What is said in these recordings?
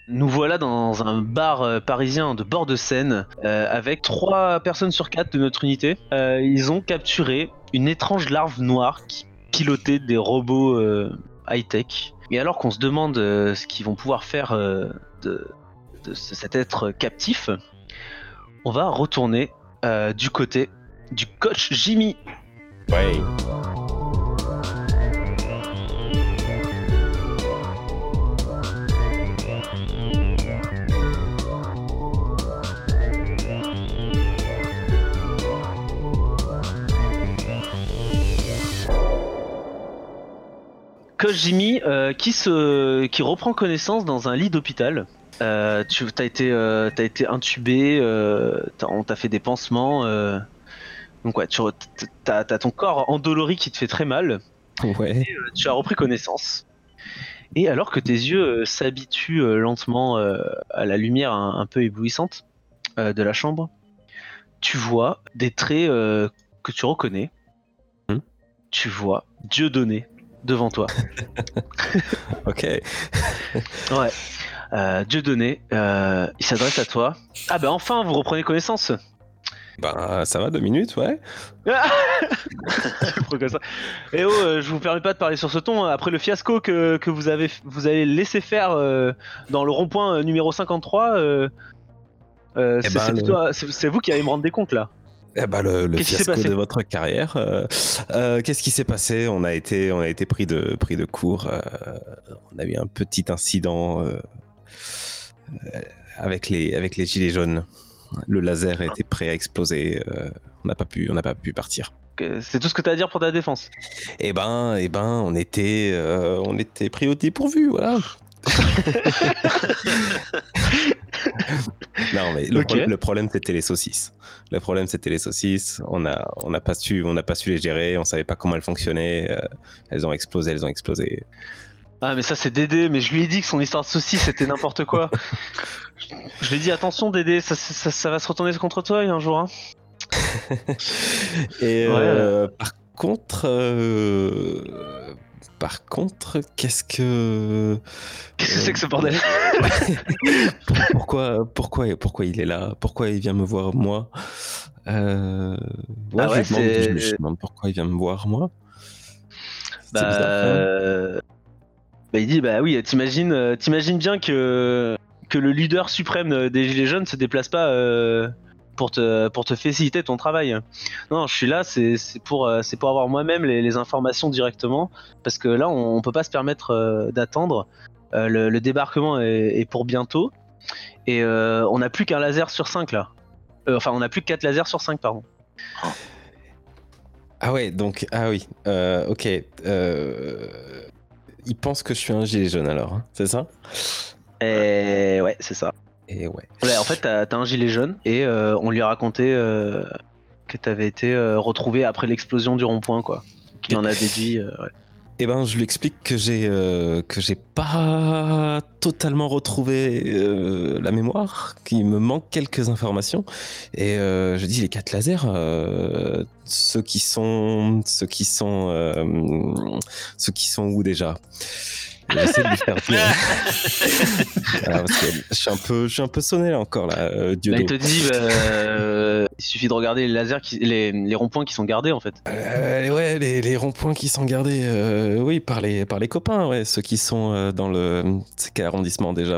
Nous voilà dans un bar parisien de bord de Seine avec 3 personnes sur 4 de notre unité. Ils ont capturé une étrange larve noire qui pilotait des robots high-tech. Et alors qu'on se demande ce qu'ils vont pouvoir faire de cet être captif, on va retourner du côté du coach Jimmy. Ouais. Coach Jimmy qui reprend connaissance dans un lit d'hôpital. Tu as été intubé, on t'a fait des pansements. Donc ouais, t'as ton corps endolori qui te fait très mal. Ouais. Tu as repris connaissance. Et alors que tes yeux s'habituent lentement à la lumière un peu éblouissante de la chambre, tu vois des traits que tu reconnais. Tu vois Dieudonné devant toi. Ok. Ouais. Dieudonné, il s'adresse à toi. Ah bah enfin, vous reprenez connaissance. Bah, ça va, 2 minutes, ouais. Comme ça. Eh oh, je vous permets pas de parler sur ce ton. Après le fiasco que vous avez laissé faire dans le rond-point numéro 53, c'est vous qui allez me rendre des comptes là. Eh bah, le Qu'est-ce qui s'est fiasco passé de votre carrière. Qu'est-ce qui s'est passé? On a été pris de court. On a eu un petit incident avec les gilets jaunes. Le laser était prêt à exploser. On n'a pas pu partir. C'est tout ce que t'as à dire pour ta défense. Eh ben, on était pris au dépourvu, voilà. Non, mais le problème c'était les saucisses. On n'a pas su les gérer. On savait pas comment elles fonctionnaient. Elles ont explosé. Ah mais ça c'est Dédé, mais je lui ai dit que son histoire de saucisse c'était n'importe quoi. Je lui ai dit attention Dédé, ça va se retourner contre toi un jour. Hein. Et ouais. Par contre, qu'est-ce que c'est que ce bordel? pourquoi il est là? Pourquoi il vient me voir moi? Je me demande pourquoi il vient me voir moi. C'est bizarre quand même. Il dit bah oui, t'imagines bien que le leader suprême des Gilets jaunes se déplace pas pour te faciliter ton travail. Non, je suis là, c'est pour avoir moi-même les informations directement, parce que là on peut pas se permettre d'attendre. Le débarquement est pour bientôt et on n'a plus qu'un laser sur 5 là. Enfin, on n'a plus que 4 lasers sur 5, pardon. Ah ouais, donc oui, ok. Il pense que je suis un gilet jaune alors, hein, c'est ça? Et ouais, c'est ça. Et ouais. Ouais, en fait, t'as un gilet jaune et on lui a raconté que t'avais été retrouvé après l'explosion du rond-point, quoi. Qu'il en a déduit. Ouais. Eh ben, je lui explique que j'ai pas totalement retrouvé la mémoire, qu'il me manque quelques informations. Et je dis les 4 lasers, ceux qui sont où déjà? J'essaie de lui faire dire. Alors, parce que je suis un peu sonné là encore là, Diodo. Il te dit, il suffit de regarder les lasers, les ronds-points qui sont gardés en fait. Ouais, les ronds-points qui sont gardés, oui, par les copains, ouais, ceux qui sont dans le. C'est quel arrondissement déjà?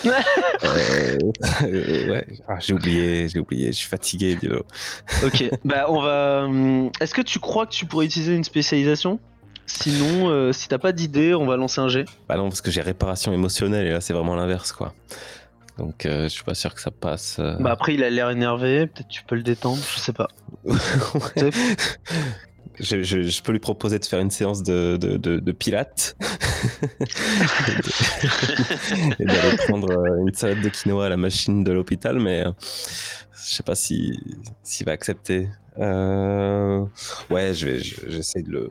Ouais, j'ai oublié, je suis fatigué, Diodo. Ok, on va. Est-ce que tu crois que tu pourrais utiliser une spécialisation? Sinon, si t'as pas d'idée, on va lancer un jet. Bah non, parce que j'ai réparation émotionnelle et là c'est vraiment l'inverse, quoi. Donc je suis pas sûr que ça passe. Après il a l'air énervé, peut-être tu peux le détendre, je sais pas. Je peux lui proposer de faire une séance de pilates et d'aller prendre une salade de quinoa à la machine de l'hôpital, mais je sais pas s'il va accepter. Ouais, j'essaie de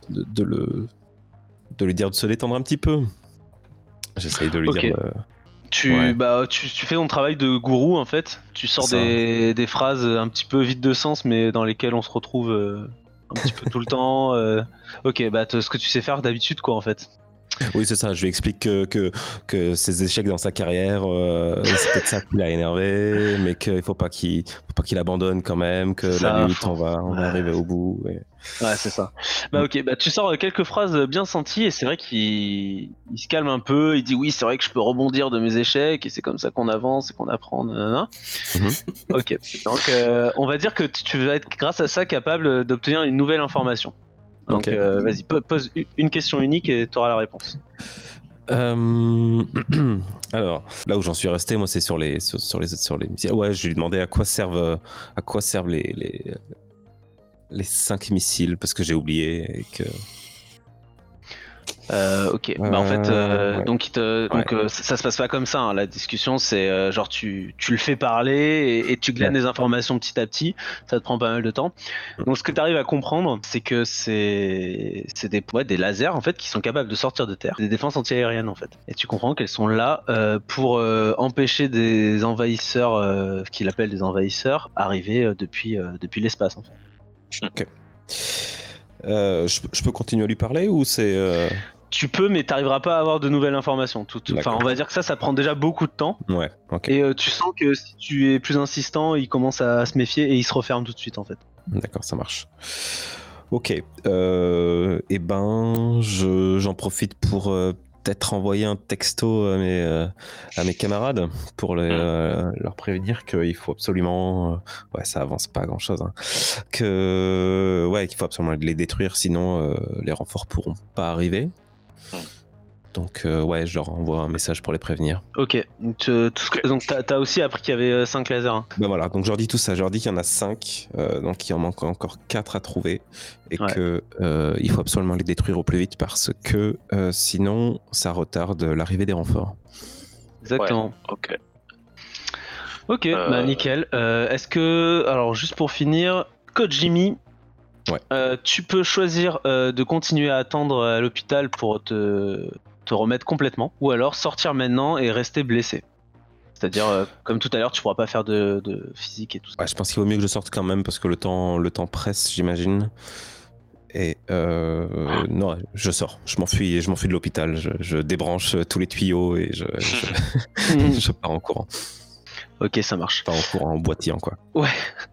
lui dire de se détendre un petit peu. J'essaie de lui dire. Tu fais ton travail de gourou en fait. Tu sors des phrases un petit peu vides de sens, mais dans lesquelles on se retrouve un petit peu tout le temps. Ok, ce que tu sais faire d'habitude quoi en fait. Oui, c'est ça. Je lui explique que ses échecs dans sa carrière, c'est peut-être ça qui l'a énervé, mais qu'il faut pas qu'il abandonne quand même, que C'est la ça, lutte, on va arriver au bout. ouais, c'est ça. Bah ok, bah tu sors quelques phrases bien senties et c'est vrai qu'il se calme un peu. Il dit oui, c'est vrai que je peux rebondir de mes échecs et c'est comme ça qu'on avance et qu'on apprend. Nanana. Mhm. Ok, donc on va dire que tu vas être grâce à ça capable d'obtenir une nouvelle information. Donc Ok. vas-y, pose une question unique et tu auras la réponse. Alors, là où j'en suis resté, moi, c'est sur les missiles. Ouais, je lui demandais à quoi servent les 5 missiles parce que j'ai oublié et que. Ok, bah en fait, Ouais. donc, ça se passe pas comme ça, hein. La discussion, c'est genre tu le fais parler et tu glanes des informations petit à petit. Ça te prend pas mal de temps. Donc ce que tu arrives à comprendre, c'est que c'est des lasers en fait qui sont capables de sortir de terre, des défenses antiaériennes en fait. Et tu comprends qu'elles sont là pour empêcher des envahisseurs, qu'il appelle des envahisseurs, arriver depuis l'espace en fait. Ok. Je peux continuer à lui parler ou c'est. Tu peux, mais t'arriveras pas à avoir de nouvelles informations. Enfin, D'accord. on va dire que ça prend déjà beaucoup de temps. Ouais, ok. Et tu sens que si tu es plus insistant, il commence à se méfier et il se referme tout de suite en fait. D'accord, ça marche. Ok. Eh ben, j'en profite pour peut-être envoyer un texto à mes camarades pour leur prévenir qu'il faut absolument. Ouais, ça avance pas grand-chose. Hein, qu'il faut absolument les détruire, sinon les renforts pourront pas arriver. Donc ouais, je leur envoie un message pour les prévenir. Ok, donc t'as aussi appris qu'il y avait 5 lasers. Hein. Ben voilà, donc je leur dis tout ça, je leur dis qu'il y en a 5, donc il en manque encore 4 à trouver, et Ouais. que il faut absolument les détruire au plus vite parce que sinon ça retarde l'arrivée des renforts. Exactement. Ouais, ok. Ok, bah nickel. Est-ce que, alors juste pour finir, Coach Jimmy, Ouais. tu peux choisir de continuer à attendre à l'hôpital pour te remettre complètement, ou alors sortir maintenant et rester blessé. C'est-à-dire, comme tout à l'heure, tu pourras pas faire de physique et tout ça. Ouais, je pense qu'il vaut mieux que je sorte quand même parce que le temps presse, j'imagine. Et non, je sors, je m'enfuis de l'hôpital, je débranche tous les tuyaux et je pars en courant. Ok, ça marche. Pas en courant, en boitillant quoi. Ouais.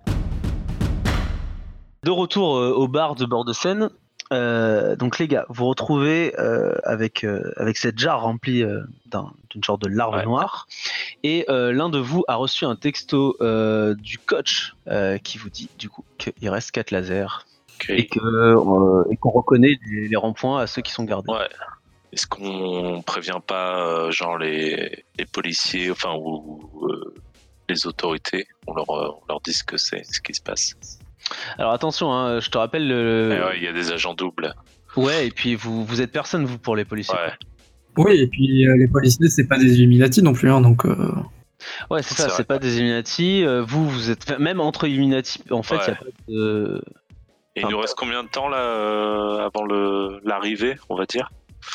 De retour au bar de bord de Seine. Donc les gars, vous retrouvez avec cette jarre remplie d'une sorte de larve noire, et l'un de vous a reçu un texto du coach qui vous dit du coup qu'il reste 4 lasers et qu'on reconnaît les ronds-points à ceux qui sont gardés. Ouais. Est-ce qu'on prévient pas genre les policiers, enfin ou les autorités, on leur dit ce qui se passe. Alors attention, hein, je te rappelle Il y a des agents doubles. Ouais, et puis vous êtes personne vous pour les policiers. Ouais. Oui, et puis les policiers, c'est pas des Illuminati non plus, hein, donc. Ouais, c'est ça, C'est c'est pas des Illuminati. Vous êtes même entre Illuminati. En fait, il y a pas de. Et il nous reste combien de temps là avant l'arrivée, on va dire?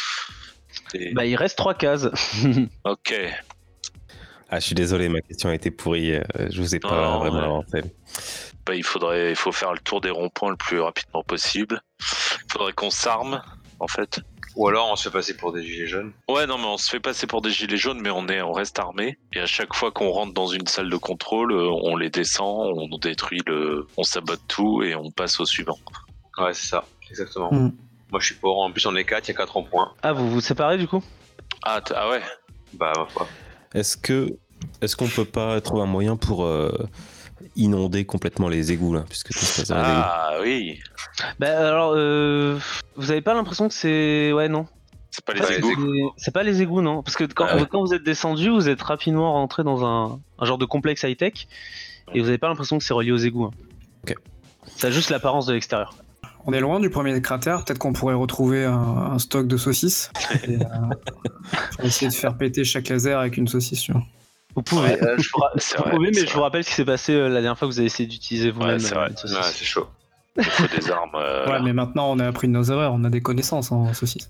Bah, il reste 3 cases. Ok. Ah, je suis désolé, ma question a été pourrie. Je vous ai pas vraiment avancé. Bah, il faut faire le tour des ronds-points le plus rapidement possible. Il faudrait qu'on s'arme, en fait. Ou alors on se fait passer pour des gilets jaunes. Ouais, non, mais on se fait passer pour des gilets jaunes, mais on reste armé. Et à chaque fois qu'on rentre dans une salle de contrôle, on les descend, on détruit on sabote tout et on passe au suivant. Ouais, c'est ça, exactement. Moi je suis pour. En plus on est 4, il y a 4 ronds-points. Ah, vous vous séparez du coup? Ah ouais. Bah ma foi. Est-ce qu'on peut pas trouver un moyen pour inonder complètement les égouts là, puisque tout se passe dans les égouts? Ah oui. Bah alors, vous avez pas l'impression que c'est... Ouais, non. C'est pas les égouts. C'est pas les égouts, non. Parce que quand vous êtes descendu, vous êtes rapidement rentré dans un genre de complexe high-tech, et vous avez pas l'impression que c'est relié aux égouts. Hein. Ok. Ça a juste l'apparence de l'extérieur. On est loin du premier cratère, peut-être qu'on pourrait retrouver un stock de saucisses et pour essayer de faire péter chaque laser avec une saucisse. Tu vois. Vous pouvez, mais je vous rappelle ce qui s'est passé la dernière fois que vous avez essayé d'utiliser vous-même. Ouais, c'est chaud. Il faut des armes. Ouais, mais maintenant on a appris de nos erreurs, on a des connaissances en saucisses.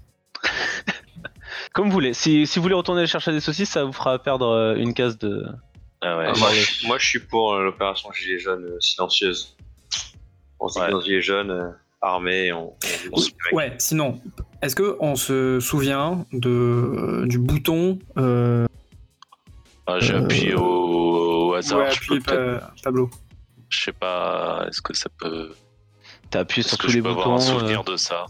Comme vous voulez. Si vous voulez retourner chercher des saucisses, ça vous fera perdre une case de... Ah ouais. Moi je suis pour l'opération gilet jaune silencieuse. On se dit dans gilet jaune, armé et on se met avec. Ouais, sinon, est-ce qu'on se souvient du bouton J'ai appuyé au hasard. ouais, je peux appuyé Pablo. Je sais pas, est-ce que ça peut. T'as appuyé Est-ce sur que tous je les peux boutons. avoir un souvenir de ça?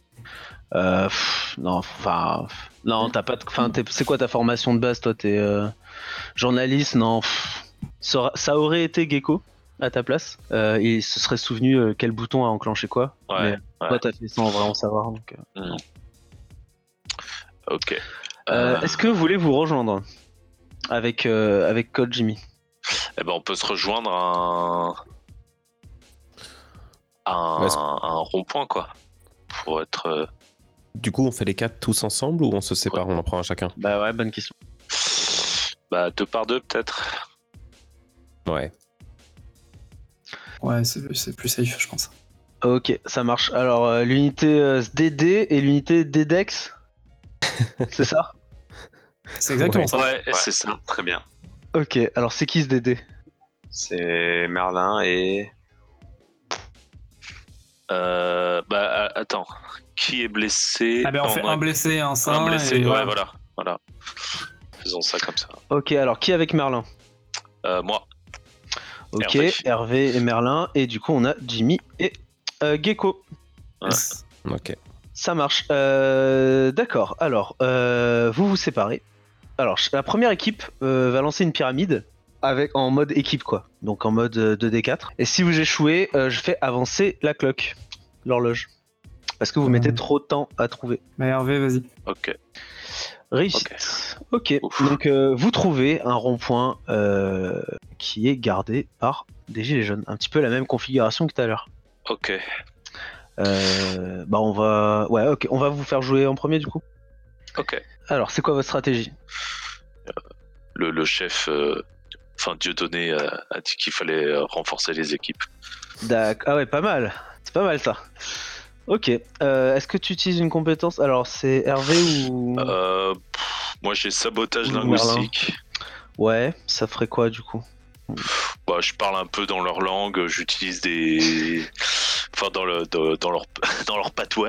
Non, enfin, non, t'as pas. Enfin, c'est quoi ta formation de base, toi? T'es journaliste? Non, ça aurait été Gecko à ta place. Il se serait souvenu quel bouton a enclenché quoi. Ouais. Mais toi, t'as fait sans vraiment savoir. Donc, Ok. Est-ce que vous voulez vous rejoindre avec Code Jimmy? Eh ben, on peut se rejoindre à un rond-point, quoi. Pour être. Du coup, on fait les 4 tous ensemble ou on se sépare, on en prend un chacun? Bah ouais, bonne question. Bah, 2 par 2, peut-être. Ouais. Ouais, c'est plus safe, je pense. Ok, ça marche. Alors, l'unité DD et l'unité DDEX, c'est ça? C'est exactement ça. Ouais, c'est ça. Très bien. Ok, alors c'est qui ce DD? C'est Merlin et. Bah, attends. Qui est blessé? Ah ben on fait un blessé, un sain. Un blessé, et ouais, voilà. Faisons ça comme ça. Ok, alors qui avec Merlin? Moi. Ok, Hervé. Hervé et Merlin, et du coup on a Jimmy et Gecko. Yes. Ok. Ça marche. D'accord, alors vous vous séparez. Alors la première équipe va lancer une pyramide en mode équipe quoi, donc en mode 2D4. Et si vous échouez, je fais avancer la cloque, l'horloge. Parce que vous mettez trop de temps à trouver. Bah Hervé, vas-y. Ok. Réussite. Ok, Ouf. donc vous trouvez un rond-point qui est gardé par des gilets jaunes. Un petit peu la même configuration que tout à l'heure. Ok. Bah on va... Ouais, ok, on va vous faire jouer en premier du coup. Ok. Alors, c'est quoi votre stratégie? Le chef, Dieudonné, a dit qu'il fallait renforcer les équipes. D'accord. Ah ouais, pas mal. C'est pas mal ça. Ok. Est-ce que tu utilises une compétence? Alors, c'est Hervé ou... Moi, j'ai sabotage Ou linguistique. Ouais, ça ferait quoi du coup? Bah, je parle un peu dans leur langue, j'utilise des... Enfin, dans leur patois.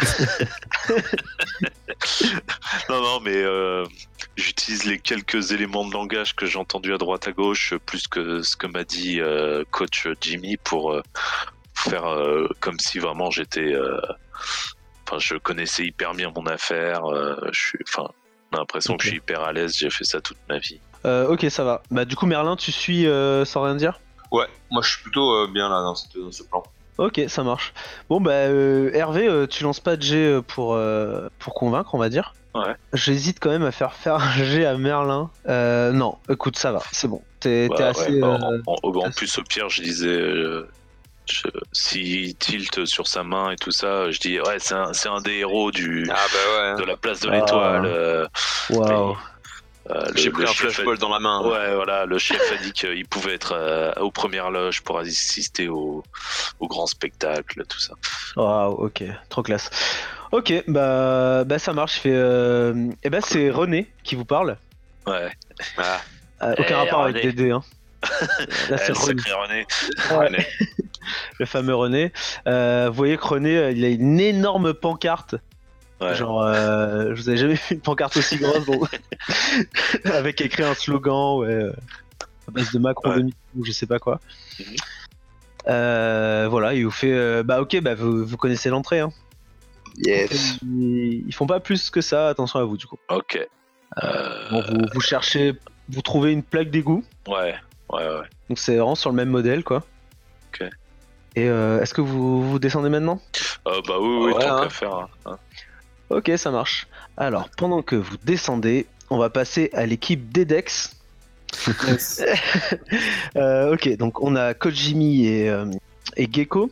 Non, mais j'utilise les quelques éléments de langage que j'ai entendus à droite à gauche, plus que ce que m'a dit coach Jimmy pour faire comme si vraiment j'étais... je connaissais hyper bien mon affaire, on a l'impression que je suis hyper à l'aise, j'ai fait ça toute ma vie. Ok, ça va. Bah du coup, Merlin, tu suis sans rien dire? Ouais, moi je suis plutôt bien là dans ce plan. Ok, ça marche. Bon bah Hervé, tu lances pas de jet pour convaincre, on va dire. Ouais. J'hésite quand même à faire un jet à Merlin. Non, écoute, ça va, c'est bon. T'es assez... En plus, au pire, je disais... s'il tilt sur sa main et tout ça, je dis ouais, c'est un des héros de la place de l'étoile. Waouh. J'ai pris un flashball dans la main. Ouais, voilà, le chef a dit qu'il pouvait être aux premières loges pour assister au grand spectacle, tout ça. Waouh, ok, trop classe. Ok, bah ça marche. Et bah c'est René qui vous parle. Ouais. Aucun rapport René. avec Dédé, hein. Là c'est René. Sacré René. Ouais. Le fameux René. Vous voyez que René, il a une énorme pancarte. Ouais. Genre, je vous avais jamais vu une pancarte aussi grosse avec écrit un slogan, à base de Macron Ouais. 2000 ou je sais pas quoi. Mhm. Voilà, il vous fait, ok, vous connaissez l'entrée. Hein. Yes. Ils font pas plus que ça. Attention à vous du coup. Ok. Bon, vous cherchez, vous trouvez une plaque d'égout. Ouais. Donc c'est vraiment sur le même modèle quoi. Ok. Et est-ce que vous descendez maintenant? Bah oui, Ouais, tant hein. qu'à faire. Hein. Ok, ça marche. Alors, pendant que vous descendez, on va passer à l'équipe d'Edex. Yes. Ok, donc on a Kojimi et Gecko.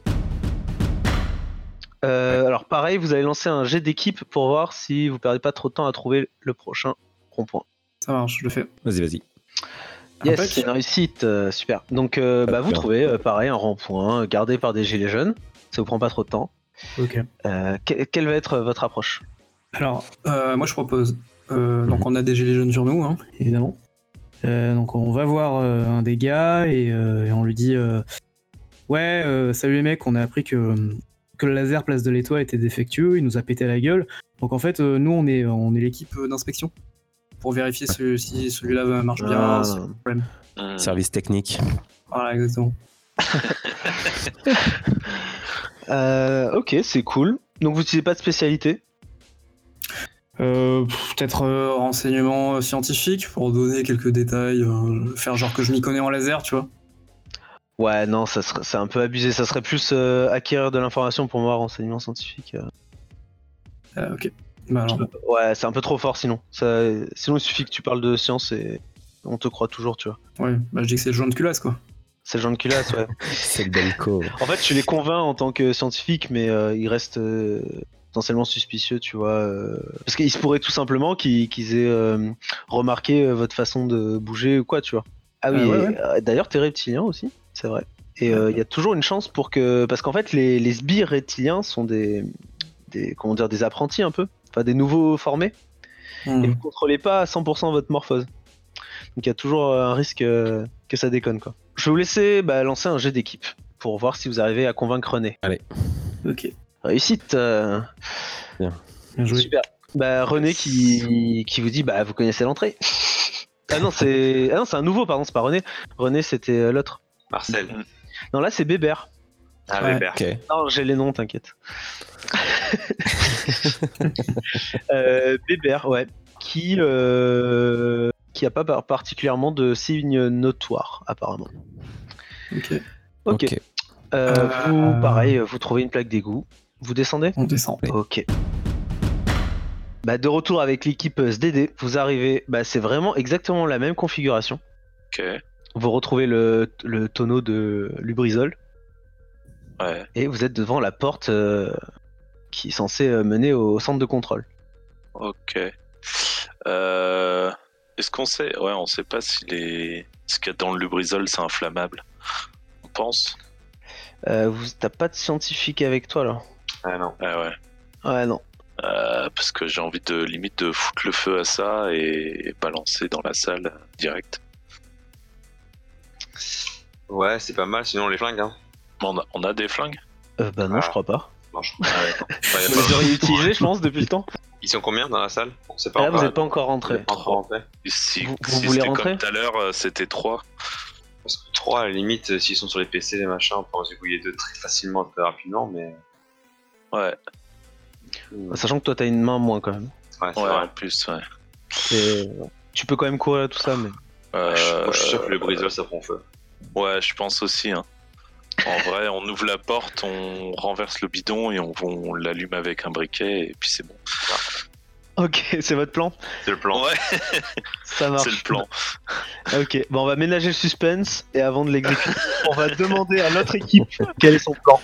Alors pareil, vous allez lancer un jet d'équipe pour voir si vous perdez pas trop de temps à trouver le prochain rond-point. Ça marche, je le fais. Vas-y. Yes, Impec. c'est une réussite, super. Donc vous bien. trouvez pareil un rond-point gardé par des gilets jaunes. Ça vous prend pas trop de temps. Ok. Quelle va être votre approche? Alors, moi je propose. Donc on a des gilets jaunes sur nous, hein, évidemment. Donc on va voir un des gars et on lui dit ouais, salut les mecs, on a appris que que le laser place de l'étoile était défectueux, il nous a pété la gueule. Donc en fait, nous on est l'équipe d'inspection pour vérifier si celui-là marche bien, s'il y a pas de problème. Service technique. Voilà, exactement. Ok, c'est cool. Donc vous n'utilisez pas de spécialité? Peut-être renseignement scientifique pour donner quelques détails, faire genre que je m'y connais en laser, tu vois. Ouais, non, c'est un peu abusé. Ça serait plus acquérir de l'information pour moi, renseignement scientifique. Ok. Bah alors. Ouais, c'est un peu trop fort sinon. Sinon, il suffit que tu parles de science et on te croit toujours, tu vois. Ouais, bah je dis que c'est le jaune de culasse, quoi. C'est le genre de culasse, ouais. C'est le Belco. En fait, tu les convaincs en tant que scientifique, mais ils restent potentiellement suspicieux, tu vois. Parce qu'il se pourrait tout simplement qu'ils aient remarqué votre façon de bouger ou quoi, tu vois. Ah oui, ouais. D'ailleurs, t'es reptilien aussi, c'est vrai. Et il y a toujours une chance pour que... Parce qu'en fait, les sbires reptiliens sont des apprentis un peu. Enfin, des nouveaux formés. Et vous contrôlez pas à 100% votre morphose. Donc il y a toujours un risque que ça déconne, quoi. Je vais vous laisser lancer un jet d'équipe pour voir si vous arrivez à convaincre René. Allez. Ok. Réussite. Bien joué. Super. René qui vous dit vous connaissez l'entrée. Ah non, c'est un nouveau, pardon, c'est pas René. René, c'était l'autre. Marcel. Non, là c'est Bébert. Ah, Ouais. Weber. Ok. Non, j'ai les noms, t'inquiète. Bébert, ouais. Qui a pas particulièrement de signes notoires, apparemment. Ok. Vous, pareil, vous trouvez une plaque d'égout. Vous descendez? On descend. Ok. De retour avec l'équipe SDD, vous arrivez, c'est vraiment exactement la même configuration. Ok. Vous retrouvez le tonneau de Lubrizol. Ouais. Et vous êtes devant la porte qui est censée mener au centre de contrôle. Ok. Est-ce qu'on sait... Ouais, on sait pas si ce qu'il y a dans le Lubrizol, c'est inflammable. On pense. T'as pas de scientifique avec toi, là? Ah non. Ah ouais. Ouais, non. Parce que j'ai envie de foutre le feu à ça et balancer dans la salle direct. Ouais, c'est pas mal, sinon les flingues, hein. On a des flingues? Non, je crois pas. Non, je... Ah ouais, non. Enfin, y a Vous pas- les auriez utilisés, je pense, depuis le temps. Ils sont combien dans la salle? On sait pas Là, encore. vous n'êtes pas encore rentré. Pas encore rentré. Si, Vous si voulez c'était rentrer comme tout à l'heure, c'était 3. Parce que 3, à la limite, s'ils sont sur les PC, les machins, on peut en zigouiller 2 très facilement, très rapidement, mais. Ouais, Sachant que toi, t'as une main moins, quand même. Ouais, c'est ouais, vrai. en plus, ouais. Et tu peux quand même courir tout ça, mais... Moi, je suis sûr que le brisol, ça prend feu. Ouais, je pense aussi. Hein. En vrai, on ouvre la porte, on renverse le bidon et on l'allume avec un briquet et puis c'est bon. Ok, c'est votre plan? C'est le plan. Ouais, Ça marche. c'est le plan. Ok, on va ménager le suspense et avant de l'exécuter, on va demander à notre équipe quel est son plan.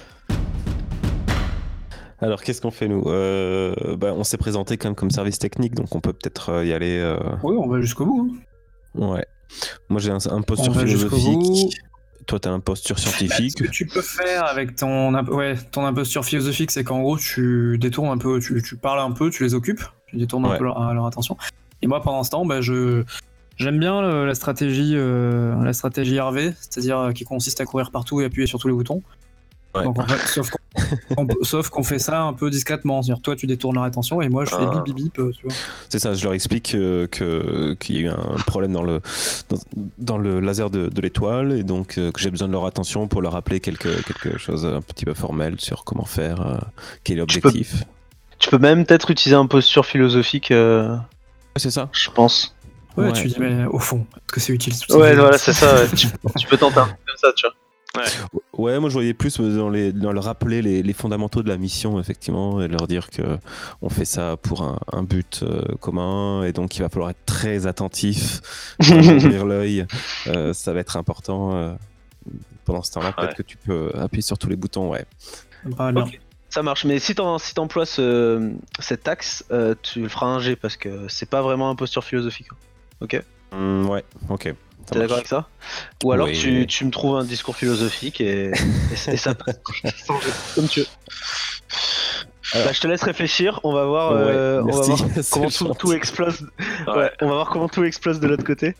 Alors, qu'est-ce qu'on fait, nous? On s'est présenté quand même comme service technique, donc on peut peut-être y aller. Oui, on va jusqu'au bout. Ouais. Moi, j'ai un posture On va jusqu'au bout. philosophique. Toi, t'as un posture scientifique. Ce que tu peux faire avec ton imposture philosophique, c'est qu'en gros, tu détournes un peu, tu parles un peu, tu les occupes, tu détournes un peu leur attention. Et moi, pendant ce temps, j'aime bien la stratégie Harvey, c'est-à-dire qui consiste à courir partout et appuyer sur tous les boutons. Ouais. Donc en fait, sauf qu'on fait ça un peu discrètement. C'est-à-dire toi, tu détournes leur attention et moi, je fais bip bip bip, tu vois. C'est ça, je leur explique qu'il y a eu un problème dans le laser de l'étoile et donc que j'ai besoin de leur attention pour leur rappeler quelque chose un petit peu formel sur comment faire, quel est l'objectif. Tu peux même peut-être utiliser un posture philosophique, C'est ça. je pense. Ouais, tu dis, mais au fond, est-ce que c'est utile tout ça? Ouais, voilà, c'est ça. Ouais. Tu peux tenter un truc comme ça, tu vois. Ouais, moi je voyais plus dans leur rappeler les fondamentaux de la mission, effectivement, et leur dire que on fait ça pour un but commun, et donc il va falloir être très attentif, ouvrir l'œil, ça va être important. Pendant ce temps-là, peut-être que tu peux appuyer sur tous les boutons, ouais. Okay. Ça marche, mais si t'emploies cet axe, tu le feras un G parce que c'est pas vraiment un posture philosophique. Ok? Ouais, ok. T'es d'accord avec ça? Ou alors oui. tu me trouves un discours philosophique et ça passe. Comme tu veux. Je te laisse réfléchir, on va voir, on va voir comment tout explose. Ouais, on va voir comment tout explose de l'autre côté.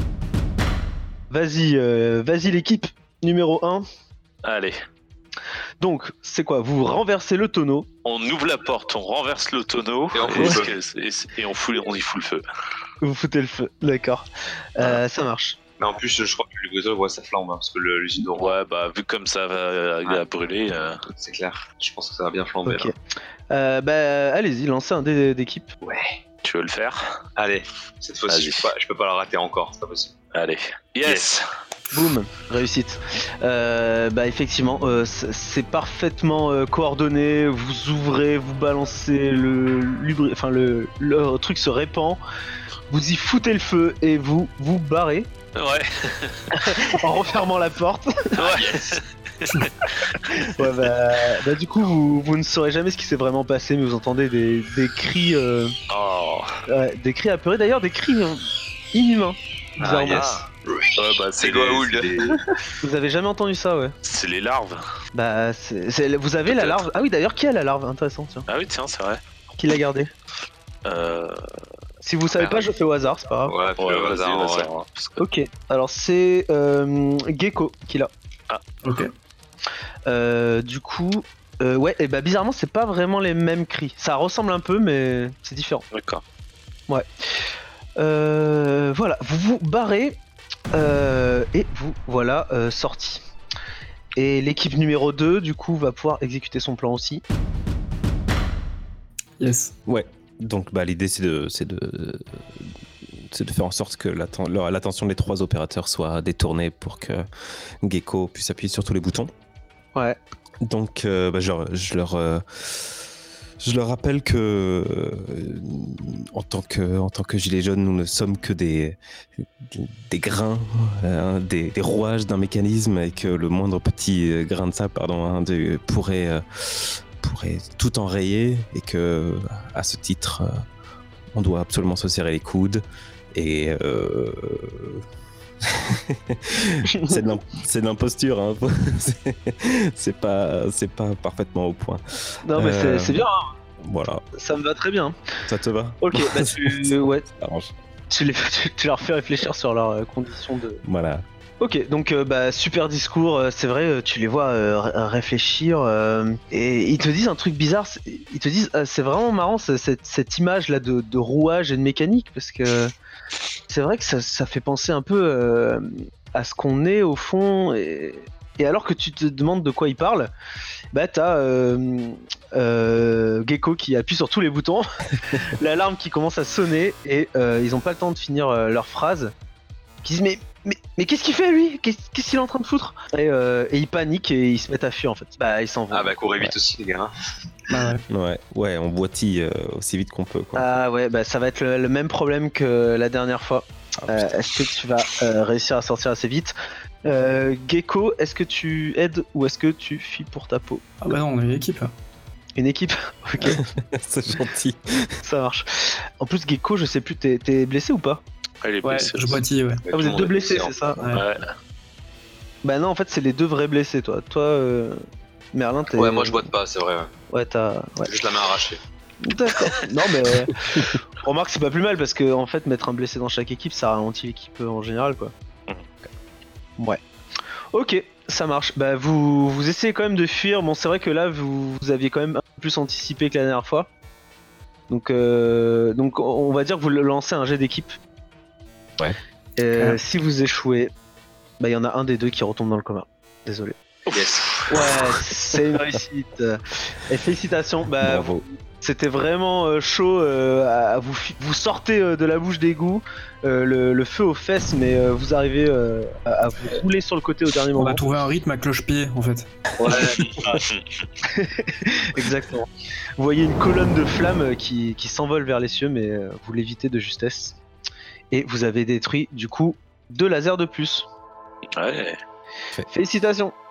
Vas-y l'équipe numéro 1. Allez. Donc, c'est quoi? Vous renversez le tonneau. On ouvre la porte, on renverse le tonneau Et on fout le et on y fout le feu. Vous foutez le feu, d'accord. Ça marche. Mais en plus, je crois que le grisol voit sa flamme, parce que l'usine de roi, Ouais, bah vu comme ça va brûler. c'est clair. Je pense que ça va bien flamber. Ok. Allez-y, lancez un dé d'équipe. Ouais. Tu veux le faire? Allez, cette fois-ci, Vas-y. je peux pas la rater encore, c'est pas possible. Allez. Yes. Boum, réussite. Effectivement, c'est parfaitement coordonné. Vous ouvrez, vous balancez le truc se répand. Vous y foutez le feu et vous barrez Ouais. en refermant la porte. Ouais. Ouais, du coup, vous ne saurez jamais ce qui s'est vraiment passé, mais vous entendez des cris, Oh. des cris apeurés. D'ailleurs, des cris inhumains. Ah, bizarrement. yes. Ouais, bah C'est Goa'uld. Vous avez jamais entendu ça, ouais. c'est les larves. Bah, vous avez la Peut-être. larve. Ah oui, d'ailleurs, qui a la larve? Intéressant, tiens. Ah oui, tiens, c'est vrai. Qui l'a gardée? Si vous savez Ah, pas, je fais au hasard, c'est pas grave. Ouais, Ouais, le vas-y, hasard, vas-y, ouais. hein, parce que- Ok, alors c'est Gecko qui l'a. Ok. Du coup, ouais, et bah bizarrement, c'est pas vraiment les mêmes cris. Ça ressemble un peu, mais c'est différent. D'accord. Voilà, vous vous barrez et vous voilà sortis. Et l'équipe numéro 2, du coup, va pouvoir exécuter son plan aussi. Yes. Ouais. Donc l'idée c'est de faire en sorte que l'attention des 3 opérateurs soit détournée pour que Gecko puisse appuyer sur tous les boutons. Ouais. Donc je leur rappelle que en tant que gilets jaunes, nous ne sommes que des grains, des rouages d'un mécanisme, et que le moindre petit grain de sable, pourrait tout enrayer, et que à ce titre, on doit absolument se serrer les coudes. Et c'est de l'imposture, hein. c'est pas parfaitement au point. Non, mais c'est bien, hein. Voilà, Ça me va très bien. ça te va? Ok, bah ouais, Ça arrange. tu leur fais réfléchir sur leurs conditions de. Voilà. Ok, donc super discours, c'est vrai, tu les vois réfléchir, et ils te disent un truc bizarre, ils te disent, c'est vraiment marrant cette image là de rouage et de mécanique, parce que c'est vrai que ça fait penser un peu à ce qu'on est au fond, et alors que tu te demandes de quoi ils parlent, bah t'as Gecko qui appuie sur tous les boutons, l'alarme qui commence à sonner, et ils ont pas le temps de finir leur phrase, qui disent mais qu'est-ce qu'il fait lui? Qu'est-ce qu'il est en train de foutre? Et ils paniquent et ils se mettent à fuir en fait. Bah ils s'en vont. Ah bah courez vite aussi, les gars. Bah ouais. Ouais, on boitille aussi vite qu'on peut, quoi. Ah ouais, bah ça va être le même problème que la dernière fois. Est-ce que tu vas réussir à sortir assez vite? Gecko, est-ce que tu aides ou est-ce que tu fuis pour ta peau? Ah bah non, on est une équipe là. Une équipe? Ok, C'est gentil. ça marche. En plus Gecko, je sais plus, t'es blessé ou pas? Elle est Ouais, blessée je aussi. boitille, ouais. Ah, vous êtes deux blessés, c'est ça? Ouais. Ouais. Bah non, en fait c'est les deux vrais blessés toi. Toi, Merlin, t'es... Ouais, moi je boite pas, c'est vrai. Ouais, t'as... Ouais. Juste la main arrachée. D'accord. Non mais remarque, c'est pas plus mal parce que en fait mettre un blessé dans chaque équipe ça ralentit l'équipe en général quoi. Ouais. Ok, ça marche. Bah vous essayez quand même de fuir. Bon, c'est vrai que là vous aviez quand même un peu plus anticipé que la dernière fois. Donc on va dire que vous lancez un jet d'équipe. Ouais. Si vous échouez, bah il y en a un des deux qui retombe dans le coma. Désolé. Yes. Ouais, c'est une réussite. Et félicitations. Bah Bravo. c'était vraiment chaud. Vous sortez de la bouche d'égout, le feu aux fesses, mais vous arrivez à vous rouler sur le côté au dernier On moment. a trouvé un rythme à cloche-pied en fait. Exactement. Vous voyez une colonne de flammes qui s'envole vers les cieux, mais vous l'évitez de justesse. Et vous avez détruit du coup 2 lasers de plus. Ouais. Félicitations.